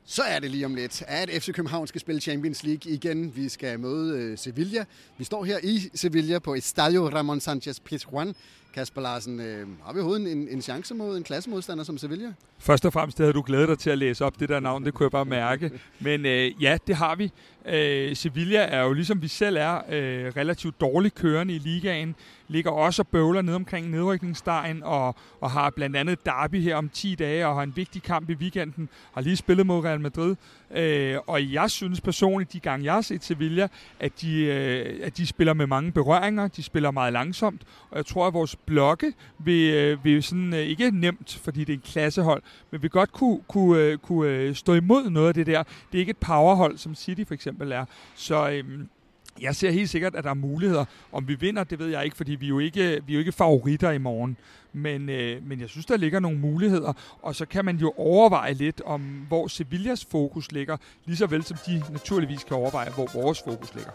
Så er det lige om lidt, at FC København skal spille Champions League igen. Vi skal møde Sevilla. Vi står her i Sevilla på Estadio Ramón Sánchez Pizjuán. Kasper Larsen, har vi overhovedet en chance mod en klassemodstander som Sevilla? Først og fremmest havde du glædet dig til at læse op det der navn, det kunne jeg bare mærke. Men ja, det har vi. Sevilla er jo ligesom vi selv er relativt dårligt kørende i ligaen. Ligger også og bøvler ned omkring nedrykningsstregen og har blandt andet derby her om 10 dage og har en vigtig kamp i weekenden. Har lige spillet mod Real Madrid. Og jeg synes personligt, de gange jeg har set Sevilla, at de spiller med mange berøringer. De spiller meget langsomt. Og jeg tror, at vores blokke vil sådan, ikke nemt, fordi det er en klassehold, men vil godt kunne stå imod noget af det der. Det er ikke et powerhold, som City for eksempel er. Så jeg ser helt sikkert, at der er muligheder. Om vi vinder, det ved jeg ikke, fordi vi er jo ikke favoritter i morgen. Men jeg synes, der ligger nogle muligheder. Og så kan man jo overveje lidt om, hvor Sevillas fokus ligger, lige så vel som de naturligvis kan overveje, hvor vores fokus ligger.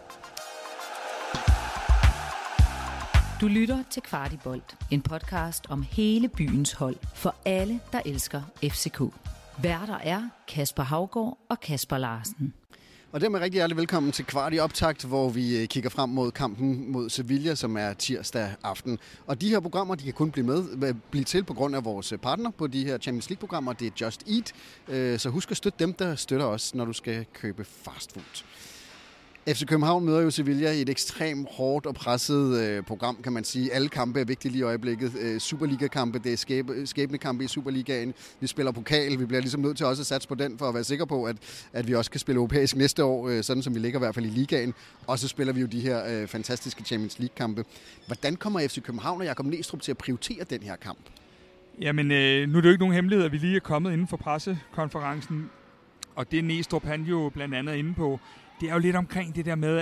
Du lytter til Kvartibolt, en podcast om hele byens hold for alle, der elsker FCK. Værter er Kasper Haugaard og Kasper Larsen. Og dermed rigtig hjertelig velkommen til Kvart i optakt, hvor vi kigger frem mod kampen mod Sevilla, som er tirsdag aften. Og de her programmer, de kan kun blive til på grund af vores partner på de her Champions League-programmer. Det er Just Eat. Så husk at støtte dem, der støtter os, når du skal købe fast food. FC København møder jo Sevilla i et ekstremt hårdt og presset program, kan man sige. Alle kampe er vigtige lige i øjeblikket. Superliga-kampe, det er skæbnekampe i Superligaen. Vi spiller pokal, vi bliver ligesom nødt til også at satse på den, for at være sikre på, at vi også kan spille europæisk næste år, sådan som vi ligger i hvert fald i ligaen. Og så spiller vi jo de her fantastiske Champions League-kampe. Hvordan kommer FC København og Jakob Næstrup til at prioritere den her kamp? Jamen, nu er det jo ikke nogen hemmelighed, at vi lige er kommet inden for pressekonferencen. Og det Næstrup, han jo blandt andet inde på, det er jo lidt omkring det der med,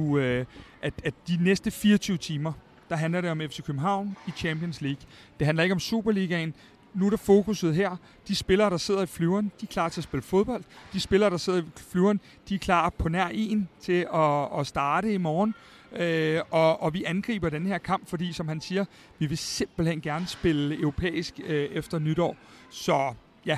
at de næste 24 timer, der handler det om FC København i Champions League. Det handler ikke om Superligaen. Nu er der fokuset her. De spillere, der sidder i flyveren, de er klar til at spille fodbold. De spillere, der sidder i flyveren, de er klar på nær en til at starte i morgen. Og vi angriber den her kamp, fordi, som han siger, vi vil simpelthen gerne spille europæisk efter nytår. Så ja.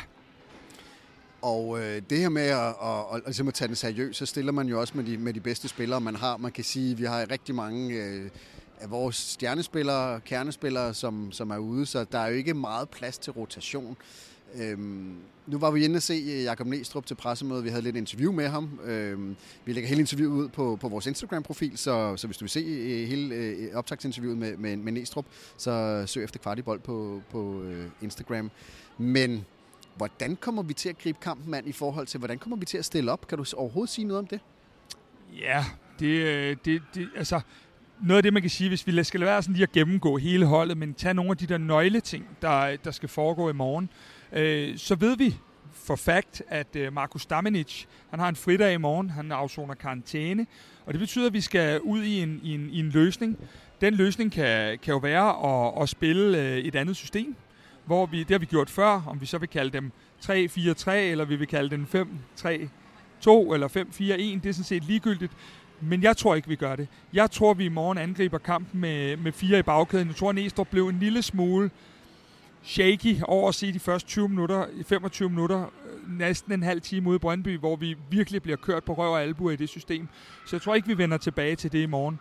Og det her med at tage det seriøst, så stiller man jo også med de bedste spillere, man har. Man kan sige, at vi har rigtig mange af vores stjernespillere, kernespillere, som er ude, så der er jo ikke meget plads til rotation. Nu var vi inde og se Jakob Næstrup til pressemødet. Vi havde lidt interview med ham. Vi lægger hele interviewet ud på vores Instagram-profil, så hvis du vil se hele optagsinterviewet med Næstrup, så søg efter Kvartibolt på Instagram. Men hvordan kommer vi til at gribe kampen an i forhold til, hvordan kommer vi til at stille op? Kan du overhovedet sige noget om det? Ja, det altså noget af det, man kan sige, hvis vi skal lade være sådan lige at gennemgå hele holdet, men tage nogle af de der nøgleting, der skal foregå i morgen, så ved vi for fact, at Marko Stamenic, han har en fridag i morgen, han afsoner karantæne, og det betyder, at vi skal ud i en løsning. Den løsning kan jo være at spille et andet system, hvor det har vi gjort før, om vi så vil kalde dem 3-4-3, eller vi vil kalde den 5-3-2, eller 5-4-1, det er sådan set ligegyldigt. Men jeg tror ikke, vi gør det. Jeg tror, vi i morgen angriber kampen med 4 i bagkæden. Jeg tror, at Næstrup blev en lille smule shaky over at se de første 25 minutter, næsten en halv time ude i Brøndby, hvor vi virkelig bliver kørt på røv og albuer i det system. Så jeg tror ikke, vi vender tilbage til det i morgen.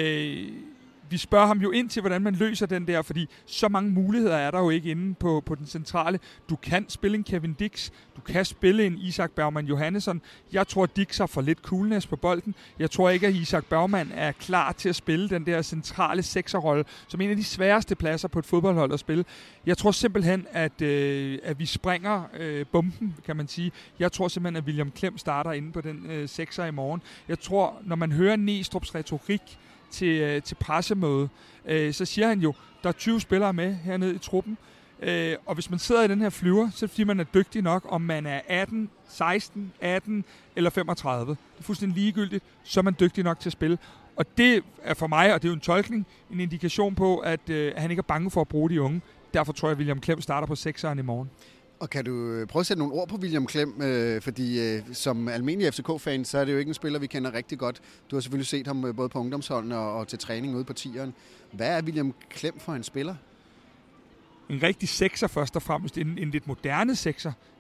Vi spørger ham jo ind til, hvordan man løser den der, fordi så mange muligheder er der jo ikke inde på den centrale. Du kan spille en Kevin Dix, du kan spille en Isak Bergman Johannesson. Jeg tror, at Dix har for lidt coolness på bolden. Jeg tror ikke, at Isak Bergman er klar til at spille den der centrale sekserrolle, som en af de sværeste pladser på et fodboldhold at spille. Jeg tror simpelthen, at vi springer bomben, kan man sige. Jeg tror simpelthen, at William Klem starter inde på den sekser i morgen. Jeg tror, når man hører Næstrups retorik til pressemøde, så siger han jo, der er 20 spillere med hernede i truppen, og hvis man sidder i den her flyver, så fordi man er dygtig nok, om man er 18, 16, 18 eller 35. Det er fuldstændig ligegyldigt, så er man dygtig nok til at spille. Og det er for mig, og det er jo en tolkning, en indikation på, at han ikke er bange for at bruge de unge. Derfor tror jeg, at William Klem starter på 6'eren i morgen. Og kan du prøve at sætte nogle ord på William Klem? Fordi som almindelig FCK-fan, så er det jo ikke en spiller, vi kender rigtig godt. Du har selvfølgelig set ham både på ungdomsholdene og til træning ude på 10'eren. Hvad er William Klem for en spiller? En rigtig sekser først og fremmest. En lidt moderne sekser.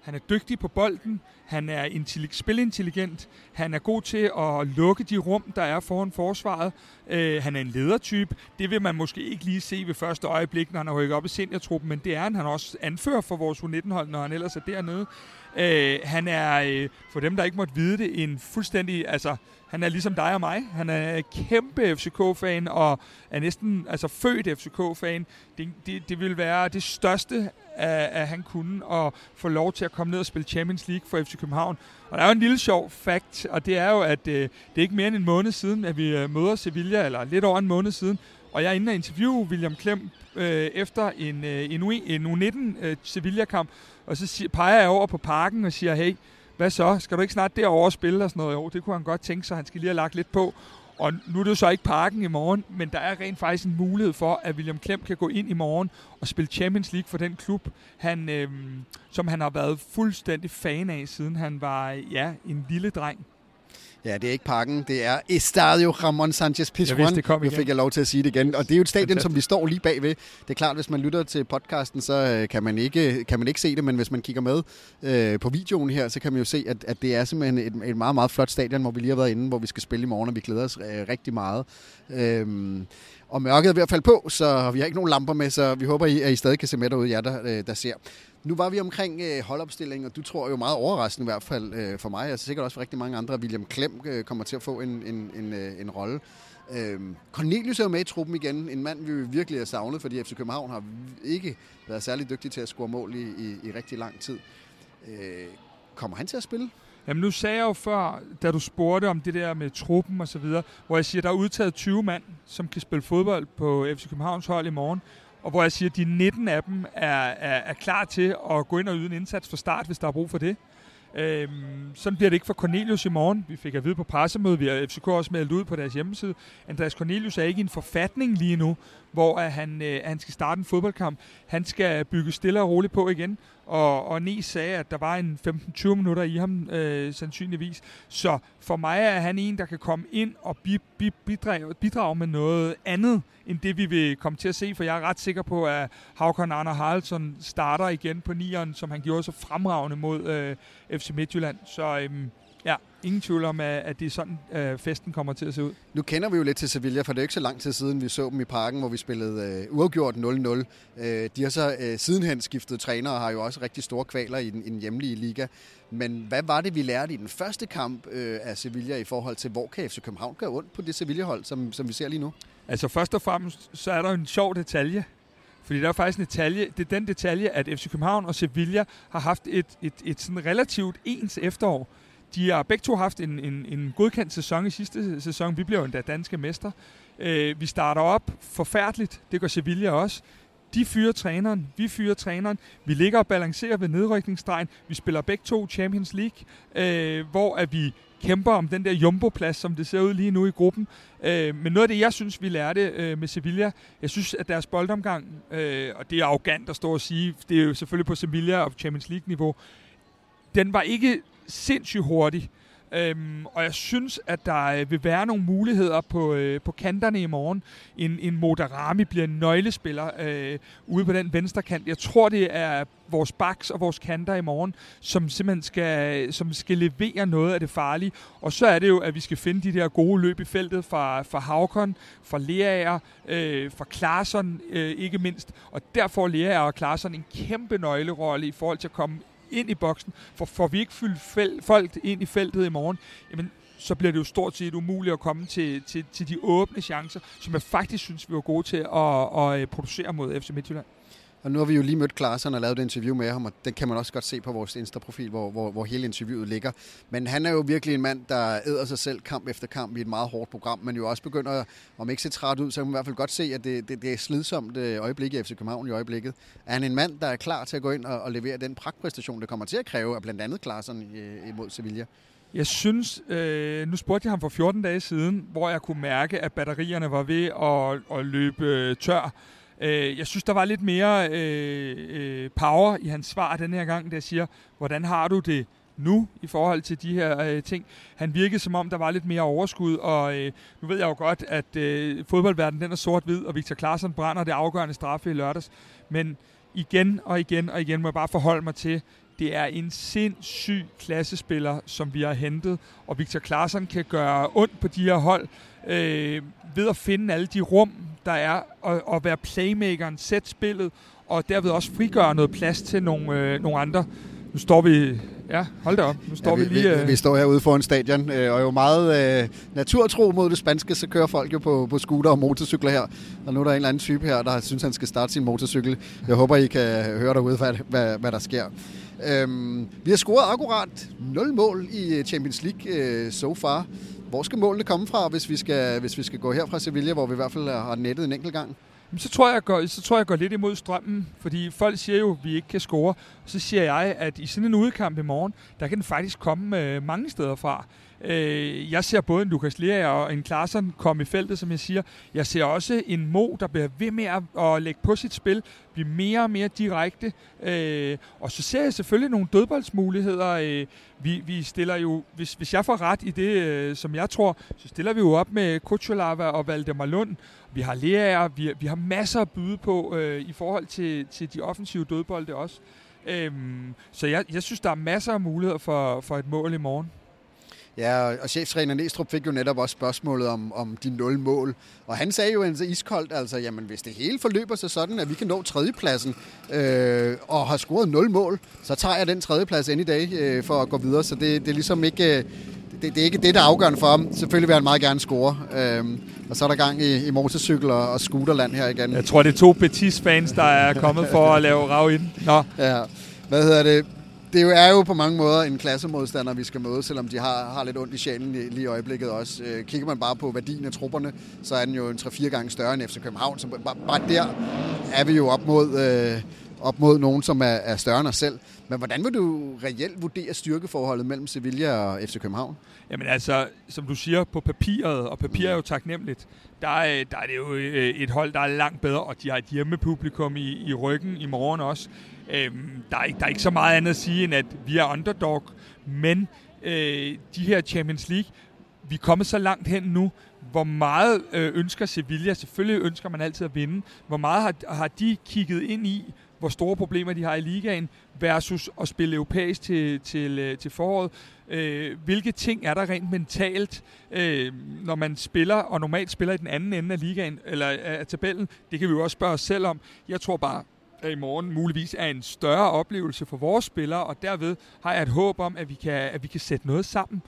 Han er dygtig på bolden, han er spilintelligent, han er god til at lukke de rum, der er foran forsvaret. Han er en ledertype. Det vil man måske ikke lige se ved første øjeblik, når han har rykket op i seniortruppen, men det er han. Han er også anfører for vores U19-hold, når han ellers er dernede. Han er, for dem, der ikke måtte vide det, en fuldstændig... Altså, han er ligesom dig og mig. Han er kæmpe FCK-fan og er næsten født FCK-fan. Det vil være det største, at han kunne at få lov til at komme ned og spille Champions League for FC København. Og der er jo en lille sjov fact, og det er jo, at det er ikke mere end en måned siden, at vi møder Sevilla, eller lidt over en måned siden. Og jeg er inde og interviewe William Klem efter en U19 Sevilla-kamp, og så peger jeg over på parken og siger, hey, hvad så? Skal du ikke snart derover og spille og sådan noget? Jo, det kunne han godt tænke sig. Han skal lige have lagt lidt på. Og nu er det jo så ikke parken i morgen, men der er rent faktisk en mulighed for, at William Klem kan gå ind i morgen og spille Champions League for den klub, som han har været fuldstændig fan af, siden han var en lille dreng. Ja, det er ikke parken, det er Estadio Ramon Sánchez Pizjuán. Nu fik jeg lov til at sige det igen. Og det er jo et stadion, som vi står lige bagved. Det er klart, hvis man lytter til podcasten, så kan man ikke se det, men hvis man kigger med på videoen her, så kan man jo se, at det er simpelthen et meget, meget flot stadion, hvor vi lige har været inde, hvor vi skal spille i morgen, og vi glæder os rigtig meget. Og mørket er ved at falde på, så vi har ikke nogen lamper med, så vi håber, at I stadig kan se med derude, jer der ser. Nu var vi omkring holdopstilling, og du tror jo meget overraskende i hvert fald for mig, og sikkert også for rigtig mange andre, at William Klem kommer til at få en rolle. Cornelius er jo med i truppen igen, en mand vi virkelig har savnet, fordi FC København har ikke været særlig dygtig til at score mål i rigtig lang tid. Kommer han til at spille? Jamen nu sagde jeg jo før, da du spurgte om det der med truppen og så videre, hvor jeg siger, der er udtaget 20 mand, som kan spille fodbold på FC Københavns hold i morgen, og hvor jeg siger, at de 19 af dem er klar til at gå ind og yde en indsats for start, hvis der er brug for det. Sådan bliver det ikke for Cornelius i morgen. Vi fik at vide på pressemødet, vi har FCK også meldt ud på deres hjemmeside. Andreas Cornelius er ikke i en forfatning lige nu, hvor han skal starte en fodboldkamp. Han skal bygge stille og roligt på igen, og Nies sagde, at der var en 15-20 minutter i ham sandsynligvis. Så for mig er han en, der kan komme ind og bidrage med noget andet, end det vi vil komme til at se, for jeg er ret sikker på, at Håkon Arne Haraldsson starter igen på 9'eren, som han gjorde så fremragende mod FC Midtjylland. Så ingen tvivl om, at det er sådan, festen kommer til at se ud. Nu kender vi jo lidt til Sevilla, for det er ikke så lang tid siden, vi så dem i parken, hvor vi spillede uafgjort 0-0. De har så sidenhen skiftet træner og har jo også rigtig store kvaler i den hjemlige liga. Men hvad var det, vi lærte i den første kamp af Sevilla i forhold til, hvor kan FC København gøre ondt på det Sevilla-hold, som vi ser lige nu? Altså først og fremmest, så er der en sjov detalje. Fordi der er faktisk en detalje, det er den detalje, at FC København og Sevilla har haft et sådan relativt ens efterår. De har begge to haft en godkendt sæson i sidste sæson. Vi bliver jo endda danske mester. Vi starter op forfærdeligt. Det gør Sevilla også. De fyrer træneren. Vi fyrer træneren. Vi ligger og balancerer ved nedrykningsstregen. Vi spiller begge to Champions League, hvor at vi kæmper om den der jumbo-plads, som det ser ud lige nu i gruppen. Men noget af det, jeg synes, vi lærte med Sevilla, jeg synes, at deres boldomgang, og det er arrogant at stå og sige, det er jo selvfølgelig på Sevilla og Champions League-niveau, den var ikke sindssygt hurtig. Og jeg synes, at der vil være nogle muligheder på kanterne i morgen. En Modarami bliver en nøglespiller ude på den venstre kant. Jeg tror, det er vores backs og vores kanter i morgen, som simpelthen skal levere noget af det farlige. Og så er det jo, at vi skal finde de der gode løb i feltet fra Håkon, fra Leaer, fra Klaarsson ikke mindst. Og der får Leaer og Klaarsson en kæmpe nøglerolle i forhold til at komme ind i boksen, for får vi ikke fyldt folk ind i feltet i morgen, jamen, så bliver det jo stort set umuligt at komme til de åbne chancer, som jeg faktisk synes, vi var gode til at producere mod FC Midtjylland. Og nu har vi jo lige mødt Klaarsson og lavet et interview med ham, og den kan man også godt se på vores Insta-profil, hvor hele interviewet ligger. Men han er jo virkelig en mand, der æder sig selv kamp efter kamp i et meget hårdt program, men jo også begynder, om ikke se træt ud, så kan man i hvert fald godt se, at det er slidsomt øjeblik i FC København i øjeblikket. Er han en mand, der er klar til at gå ind og levere den pragtpræstation, der kommer til at kræve af blandt andet Klaarsson imod Sevilla? Jeg synes, nu spurgte jeg ham for 14 dage siden, hvor jeg kunne mærke, at batterierne var ved at løbe tør. Jeg synes, der var lidt mere power i hans svar denne her gang, der siger, hvordan har du det nu i forhold til de her ting? Han virkede som om, der var lidt mere overskud, og nu ved jeg jo godt, at fodboldverdenen den er sort-hvid, og Victor Klaarsson brænder det afgørende straffe i lørdags. Men igen må jeg bare forholde mig til, Det er en sindssyg klassespiller, som vi har hentet, og Viktor Claesson kan gøre ondt på de her hold ved at finde alle de rum, der er, og være playmakeren, sætte spillet, og derved også frigøre noget plads til nogle andre. Nu står vi... Ja, hold da op. Nu står vi lige... Vi står herude foran stadion, og er jo meget naturtro mod det spanske, så kører folk jo på scooter og motorcykler her. Og nu er der en eller anden type her, der synes, han skal starte sin motorcykel. Jeg håber, I kan høre derude, hvad der sker. Vi har scoret akkurat 0 mål i Champions League so far. Hvor skal målene komme fra, hvis vi skal gå her fra Sevilla, hvor vi i hvert fald har nettet en enkelt gang? Så tror jeg går lidt imod strømmen, fordi folk siger jo, at vi ikke kan score. Så siger jeg, at i sådan en udekamp i morgen, der kan den faktisk komme mange steder fra. Jeg ser både en Lucas Lea og en Claesson komme i feltet, som jeg siger. Jeg ser også en Mo, der bliver ved med at lægge på sit spil, blive mere og mere direkte. Og så ser jeg selvfølgelig nogle dødboldsmuligheder. Vi stiller jo, hvis jeg får ret i det, som jeg tror, så stiller vi jo op med Kucholava og Valdemar Lund. Vi har Lea, vi har masser at byde på i forhold til de offensive dødbolde også. Så jeg synes, der er masser af muligheder for et mål i morgen. Ja, og cheftræner Næstrup fik jo netop også spørgsmålet om de 0 mål. Og han sagde jo iskoldt, altså, jamen hvis det hele forløber sig sådan, at vi kan nå 3. pladsen og har scoret 0 mål, så tager jeg den 3. plads any day for at gå videre. Så det er ligesom ikke... Det er ikke det, der er afgørende for ham. Selvfølgelig vil han meget gerne score. Og så er der gang i motorcykel og scooterland her igen. Jeg tror, det er 2 Betis-fans, der er kommet for at lave rav ind. Nå. Ja, hvad hedder det? Det er jo på mange måder en klassemodstander, vi skal møde, selvom de har lidt ondt i sjælen lige i øjeblikket også. Kigger man bare på værdien af trupperne, så er den jo en 3-4 gange større end FC København. Så bare der er vi jo op mod nogen, som er større end os selv. Men hvordan vil du reelt vurdere styrkeforholdet mellem Sevilla og FC København? Jamen altså, som du siger, på papiret, og papir er jo taknemmeligt, der er det jo et hold, der er langt bedre, og de har et hjemmepublikum i ryggen i morgen også. Der er ikke så meget andet at sige, end at vi er underdog, men de her Champions League, vi er kommet så langt hen nu. Hvor meget ønsker Sevilla? Selvfølgelig ønsker man altid at vinde. Hvor meget har de kigget ind i, hvor store problemer de har i ligaen, versus at spille europæisk til foråret? Hvilke ting er der rent mentalt, når man spiller, og normalt spiller i den anden ende af ligaen, eller af tabellen? Det kan vi jo også spørge os selv om. Jeg tror bare, at i morgen muligvis er en større oplevelse for vores spillere, og derved har jeg et håb om, at vi kan sætte noget sammen.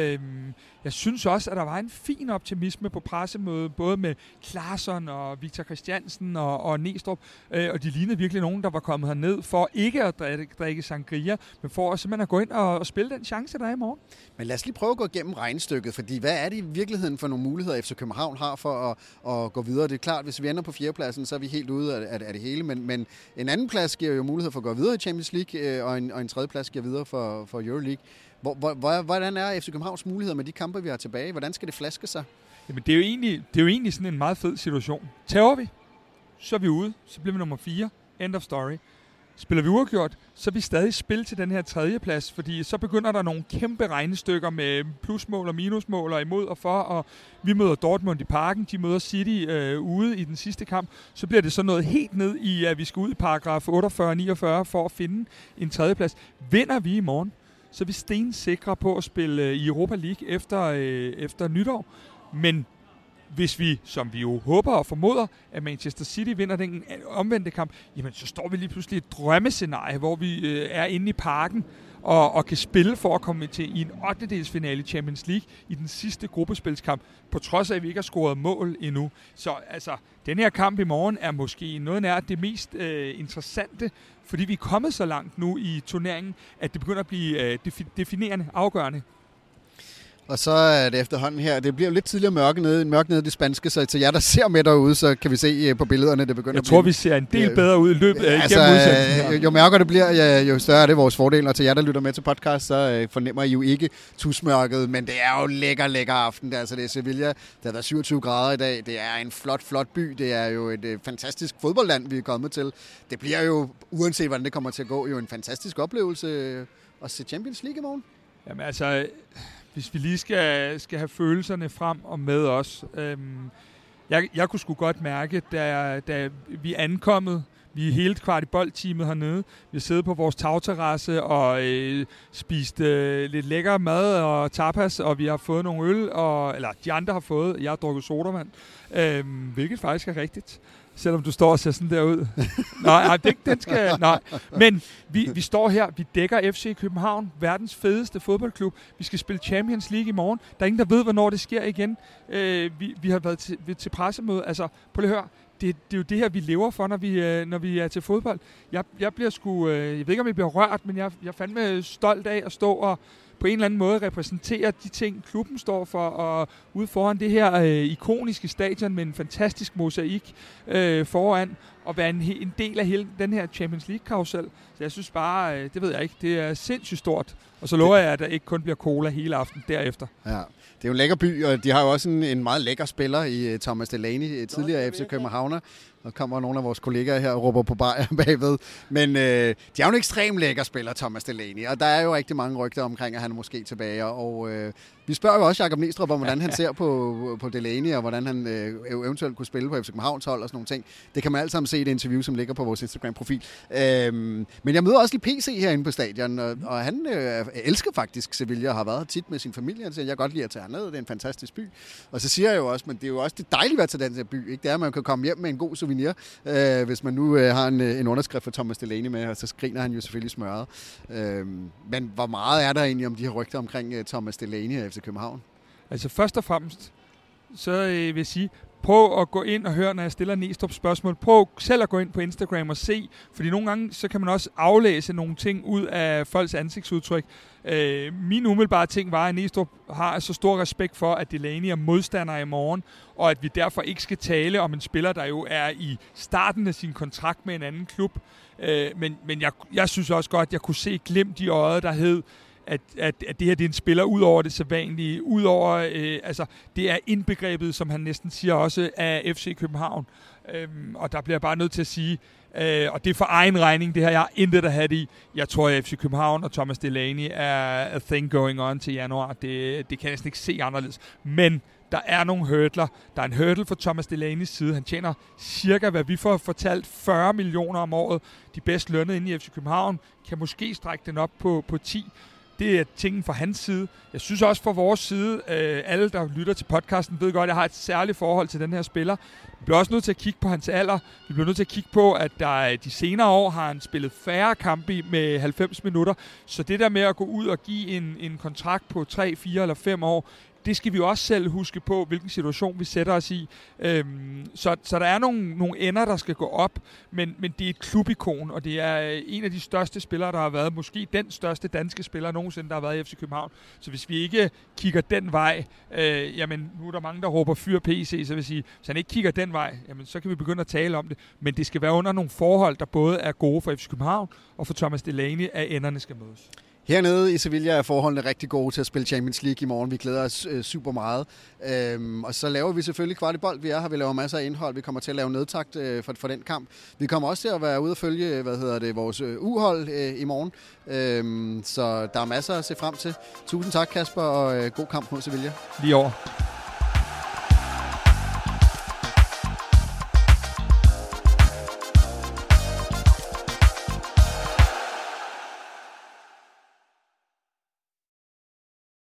Jeg synes også, at der var en fin optimisme på pressemødet, både med Claesson og Victor Christiansen og Næstrup, og de lignede virkelig nogen, der var kommet herned for ikke at drikke sangria, men for at simpelthen at gå ind og spille den chance, der er i morgen. Men lad os lige prøve at gå igennem regnestykket, fordi hvad er det i virkeligheden for nogle muligheder, FC København har for at gå videre? Det er klart, hvis vi ender på 4. pladsen, så er vi helt ude af det hele, men en anden plads giver jo mulighed for at gå videre i Champions League, og en 3. plads giver videre for Euroleague. Hvordan er FC Københavns muligheder med de kampe, vi har tilbage? Hvordan skal det flaske sig? Jamen, det er jo egentlig sådan en meget fed situation. Tager vi, så er vi ude. Så bliver vi nummer 4. End of story. Spiller vi uafgjort, så er vi stadig spil til den her 3. plads, fordi så begynder der nogle kæmpe regnestykker med plusmål og minusmål og imod og for, og vi møder Dortmund i Parken, de møder City ude i den sidste kamp. Så bliver det så noget helt ned i, at vi skal ud i paragraf 48-49 for at finde en 3. plads. Vinder vi i morgen, så er vi stensikre på at spille i Europa League efter nytår. Men hvis vi, som vi jo håber og formoder, at Manchester City vinder den omvendte kamp, jamen så står vi lige pludselig i et drømmescenarie, hvor vi er inde i Parken og kan spille for at komme til i en 8-delsfinale i Champions League i den sidste gruppespilskamp, på trods af, at vi ikke har scoret mål endnu. Så altså, den her kamp i morgen er måske noget nær det mest interessante, fordi vi er kommet så langt nu i turneringen, at det begynder at blive definerende, afgørende. Og så er det efterhånden her, det bliver jo lidt tidligere mørke nede i det spanske, så til jer, der ser med derude, så kan vi se på billederne, det begynder Jeg tror, vi ser en del bedre ud i løbet af udsendelsen. Jo mørkere det bliver, jo større er det vores fordel, og til jer, der lytter med til podcast, så fornemmer I jo ikke tusmørket, men det er jo lækker aften. Altså, det er Sevilla, der er 27 grader i dag, det er en flot by, det er jo et fantastisk fodboldland, vi er kommet til. Det bliver jo, uanset hvordan det kommer til at gå, jo en fantastisk oplevelse at se Champions League i morgen. Jamen altså, hvis vi lige skal have følelserne frem og med os. Jeg kunne sgu godt mærke, da vi er ankommet Vi er hele Kvartibold-teamet hernede. Vi har siddet på vores tagterrasse og spist lidt lækker mad og tapas, og vi har fået nogle øl, eller de andre har fået. Jeg har drukket sodavand, hvilket faktisk er rigtigt. Selvom du står og ser sådan der ud. Nej. Men vi står her, vi dækker FC København, verdens fedeste fodboldklub. Vi skal spille Champions League i morgen. Der er ingen, der ved, hvornår det sker igen. Vi har været til pressemøde. Altså, prøv lige at høre. Det er jo det her, vi lever for, når vi er til fodbold. Jeg bliver sgu... jeg ved ikke, om jeg bliver rørt, men jeg er fandme stolt af at stå og på en eller anden måde repræsentere de ting, klubben står for, og ude foran det her ikoniske stadion med en fantastisk mosaik foran, og være en del af hele den her Champions League-karusel. Så jeg synes bare, det ved jeg ikke, det er sindssygt stort. Og så lover jeg, at der ikke kun bliver cola hele aften derefter. Ja, det er jo en lækker by, og de har jo også en meget lækker spiller i Thomas Delaney, tidligere FC Københavner. Og kommer nogle af vores kollegaer her og råber på bajer bagved. Men de er jo en ekstrem lækker spiller, Thomas Delaney. Og der er jo rigtig mange rygter omkring, at han er måske tilbage. Og vi spørger jo også Jakob Næstrup om, hvordan han ser på Delaney, og hvordan han eventuelt kunne spille på FC Københavns hold og sådan nogle ting. Det kan man alt sammen se i det interview, som ligger på vores Instagram-profil. Men jeg møder også lige PC herinde på stadion, og han elsker faktisk Sevilla og har været tit med sin familie. Han siger, jeg godt lide at tage herned, det er en fantastisk by. Og så siger jeg jo også, men det er jo også det dejlige ved at tage den her by. Ikke? Det er, at man kan komme hjem med en god souvenir, hvis man nu har en underskrift for Thomas Delaney med, og så griner han jo selvfølgelig smørret. Men hvor meget er der egentlig om de her rygter omkring Thomas Delaney og FC København? Altså først og fremmest, så vil jeg sige, prøv at gå ind og høre, når jeg stiller Næstrup spørgsmål. Prøv selv at gå ind på Instagram og se, fordi nogle gange, så kan man også aflæse nogle ting ud af folks ansigtsudtryk. Min umiddelbare ting var, at Næstrup har så stor respekt for, at Delaney er modstander i morgen, og at vi derfor ikke skal tale om en spiller, der jo er i starten af sin kontrakt med en anden klub. Men jeg synes også godt, at jeg kunne se glimt i øjet, der hed, at det her det er en spiller ud over det sædvanlige, ud over, altså det er indbegrebet, som han næsten siger også, af FC København. Og der bliver jeg bare nødt til at sige, og det er for egen regning, det her, jeg har intet at have det i. Jeg tror, at FC København og Thomas Delaney er a thing going on til januar. Det kan jeg næsten ikke se anderledes. Men der er nogle hurdler. Der er en hurdle for Thomas Delaneys side. Han tjener cirka, hvad vi får fortalt, 40 millioner om året. De bedst lønnede inde i FC København kan måske strække den op på 10. Det er tingen fra hans side. Jeg synes også fra vores side, alle der lytter til podcasten ved godt, at jeg har et særligt forhold til den her spiller. Vi bliver også nødt til at kigge på hans alder. Vi bliver nødt til at kigge på, at der de senere år har han spillet færre kampe med 90 minutter. Så det der med at gå ud og give en kontrakt på 3, 4 eller 5 år, det skal vi jo også selv huske på, hvilken situation vi sætter os i. Så der er nogle ender, der skal gå op, men det er et klubikon, og det er en af de største spillere, der har været. Måske den største danske spiller nogensinde, der har været i FC København. Så hvis vi ikke kigger den vej, jamen nu er der mange, der råber fyr PC, så vil sige, hvis han ikke kigger den vej, jamen så kan vi begynde at tale om det. Men det skal være under nogle forhold, der både er gode for FC København og for Thomas Delaney, at enderne skal mødes. Hernede i Sevilla er forholdene rigtig gode til at spille Champions League i morgen. Vi glæder os super meget. Og så laver vi selvfølgelig Kvartibold. Vi er her, vi laver masser af indhold. Vi kommer til at lave nedtakt for den kamp. Vi kommer også til at være ude og følge vores U-hold i morgen. Så der er masser at se frem til. Tusind tak, Kasper, og god kamp mod Sevilla. Lige over.